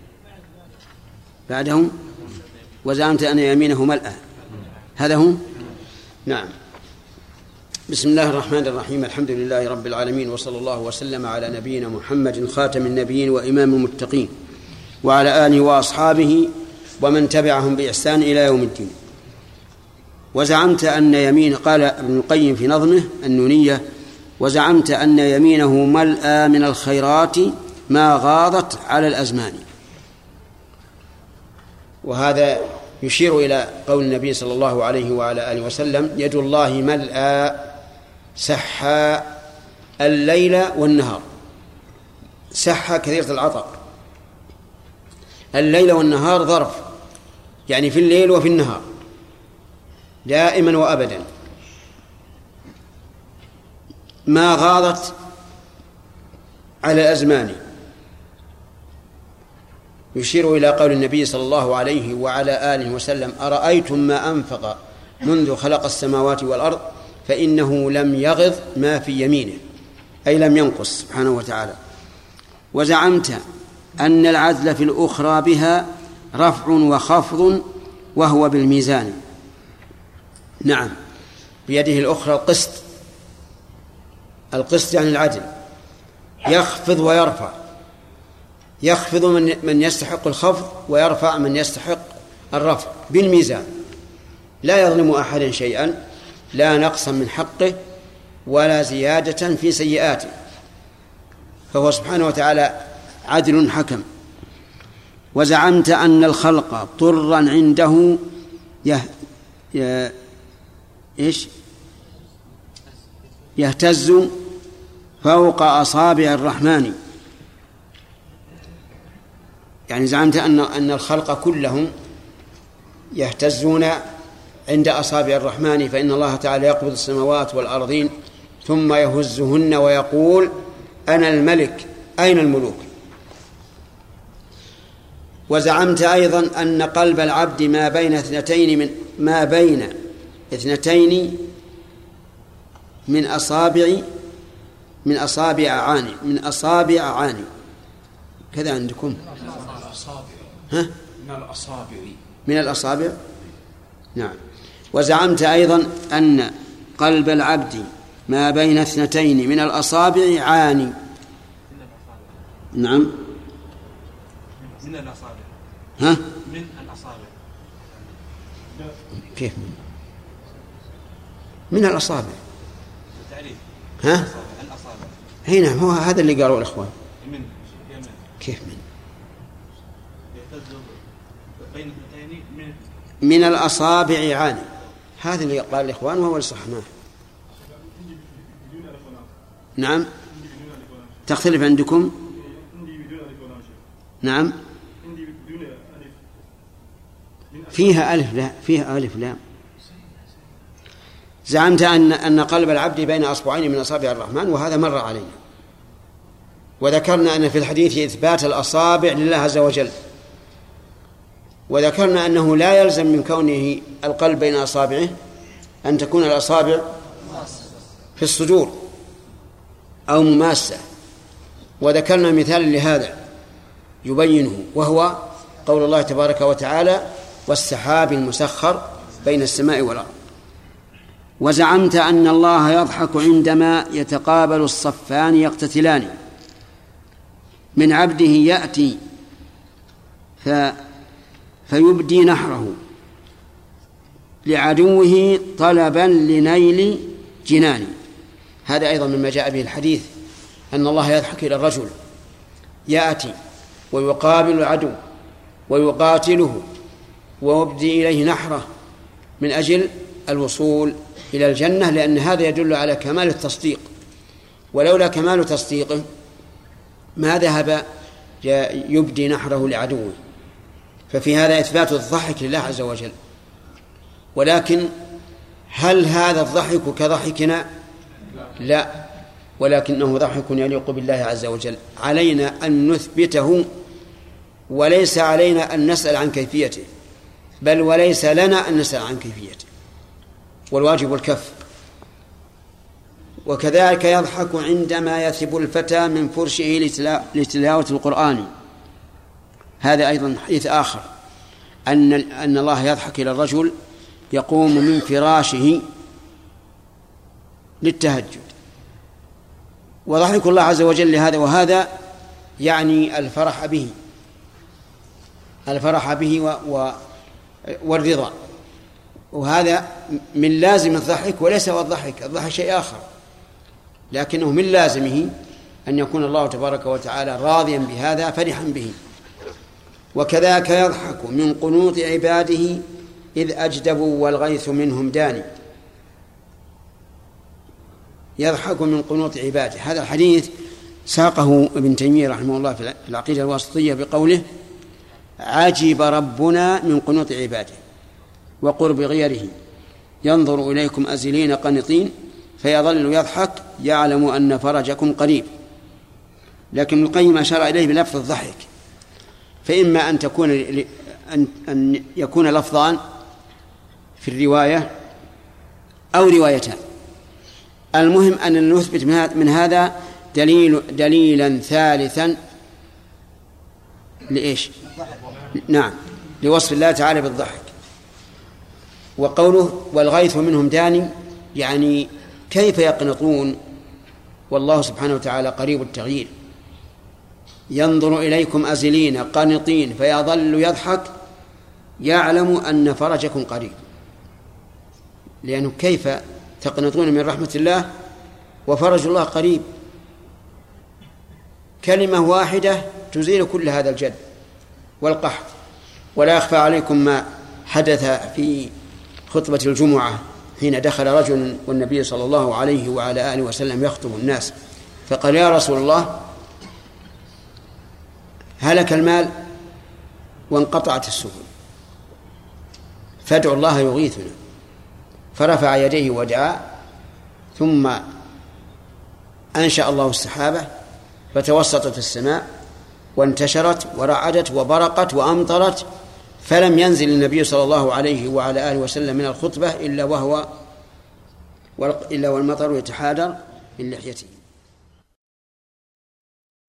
بعدهم وزعمت أن يمينه ملأى، هذا هو. نعم. بسم الله الرحمن الرحيم. الحمد لله رب العالمين، وصلى الله وسلم على نبينا محمد خاتم النبيين وإمام المتقين، وعلى آله وأصحابه ومن تبعهم بإحسان إلى يوم الدين. وزعمت أن يمين، قال ابن القيم في نظمه النونية: وزعمت أن يمينه ملأى من الخيرات ما غاضت على الأزمان. وهذا يشير إلى قول النبي صلى الله عليه وعلى آله وسلم: يد الله ملأى سحى الليل والنهار. سحى كثيرة العطاء، الليل والنهار ظرف، يعني في الليل وفي النهار دائما وأبدا. ما غاضت على الأزمان يشير إلى قول النبي صلى الله عليه وعلى آله وسلم: أرأيتم ما أنفق منذ خلق السماوات والأرض فإنه لم يغض ما في يمينه، أي لم ينقص سبحانه وتعالى. وزعمت أن العدل في الأخرى بها رفع وخفض وهو بالميزان. نعم، بيده الأخرى القسط، القسط يعني العدل، يخفض ويرفع، يخفض من يستحق الخفض ويرفع من يستحق الرفع بالميزان، لا يظلم أحدا شيئا، لا نقصا من حقه ولا زيادة في سيئاته، فهو سبحانه وتعالى عدل حكم. وزعمت أن الخلق طرا عنده يهتز فوق أصابع الرحمن، يعني زعمت أن الخلق كلهم يهتزون عند أصابع الرحمن، فإن الله تعالى يقبض السماوات والأرضين ثم يهزهن ويقول: أنا الملك أين الملوك. وزعمت أيضا أن قلب العبد ما بين اثنتين من أصابع عاني كذا عندكم؟ ها؟ من الأصابع. نعم. وزعمت أيضا أن قلب العبد ما بين اثنتين من الأصابع عاني. نعم، من الأصابع. ها؟ من الأصابع. كيف من الأصابع؟ تعريف. ها؟ الأصابع. هنا هو هذا اللي قالوا الإخوان. من. كيف من؟ يهتز بين اثنتين من الأصابع عاني، هذا اللي قال الإخوان وهو اللي صحناه. نعم، تختلف عندكم؟ نعم، فيها ألف، لا فيها ألف لام. زعمت أن قلب العبد بين أصبعين من أصابع الرحمن، وهذا مر علينا، وذكرنا أن في الحديث إثبات الأصابع لله عز وجل، وذكرنا أنه لا يلزم من كونه القلب بين أصابعه أن تكون الأصابع في الصدور أو مماسة، وذكرنا مثالا لهذا يبينه، وهو قول الله تبارك وتعالى: والسحاب المسخر بين السماء والأرض. وزعمت أن الله يضحك عندما يتقابل الصفان يقتتلان، من عبده يأتي فيبدي نحره لعدوه طلبا لنيل جنان. هذا أيضا مما جاء به الحديث، أن الله يضحك إلى الرجل يأتي ويقابل العدو ويقاتله ويبدي إليه نحره من أجل الوصول إلى الجنة، لأن هذا يدل على كمال التصديق ولولا كمال تصديقه ما ذهب يبدي نحره لعدوه. ففي هذا إثبات الضحك لله عز وجل. ولكن هل هذا الضحك كضحكنا؟ لا، ولكنه ضحك يليق بالله عز وجل. علينا أن نثبته، وليس علينا أن نسأل عن كيفيته، بل وليس لنا أن نسأل عن كيفيته، والواجب الكف. وكذلك يضحك عندما يثب الفتى من فرشه لتلاوة القرآن. هذا أيضا حديث آخر، أن الله يضحك إلى الرجل يقوم من فراشه للتهجد. وضحك الله عز وجل لهذا، وهذا يعني الفرح به والرضا، وهذا من لازم الضحك، وليس هو الضحك شيء آخر، لكنه من لازمه أن يكون الله تبارك وتعالى راضيا بهذا فرحا به. وكذاك يضحك من قنوط عباده إذ أجدبوا والغيث منهم داني. يضحك من قنوط عباده. هذا الحديث ساقه ابن تيمية رحمه الله في العقيدة الواسطية بقوله: عجب ربنا من قنوط عباده وقرب غيره، ينظر إليكم أزلين قنطين فيظل يضحك يعلم أن فرجكم قريب. لكن القيم أشار إليه بلفظ الضحك، فإما أن يكون لفظان في الرواية أو روايتان. المهم أن نثبت من هذا دليلا ثالثا لإيش؟ نعم، لوصف الله تعالى بالضحك. وقوله والغيث منهم داني، يعني كيف يقنطون والله سبحانه وتعالى قريب التغيير. ينظر إليكم أزلين قانطين فيظل يضحك يعلم أن فرجكم قريب. لأنه كيف تقنطون من رحمة الله وفرج الله قريب؟ كلمة واحدة تزيل كل هذا الجد والقحط. ولا يخفى عليكم ما حدث في خطبة الجمعة حين دخل رجل والنبي صلى الله عليه وعلى آله وسلم يخطب الناس، فقال: يا رسول الله، هلك المال وانقطعت السبل، فادعوا الله يغيثنا. فرفع يديه ودعا، ثم أنشأ الله السحابة فتوسطت السماء وانتشرت ورعدت وبرقت وأمطرت، فلم ينزل النبي صلى الله عليه وعلى آله وسلم من الخطبة إلا والمطر يتحادر من لحيته.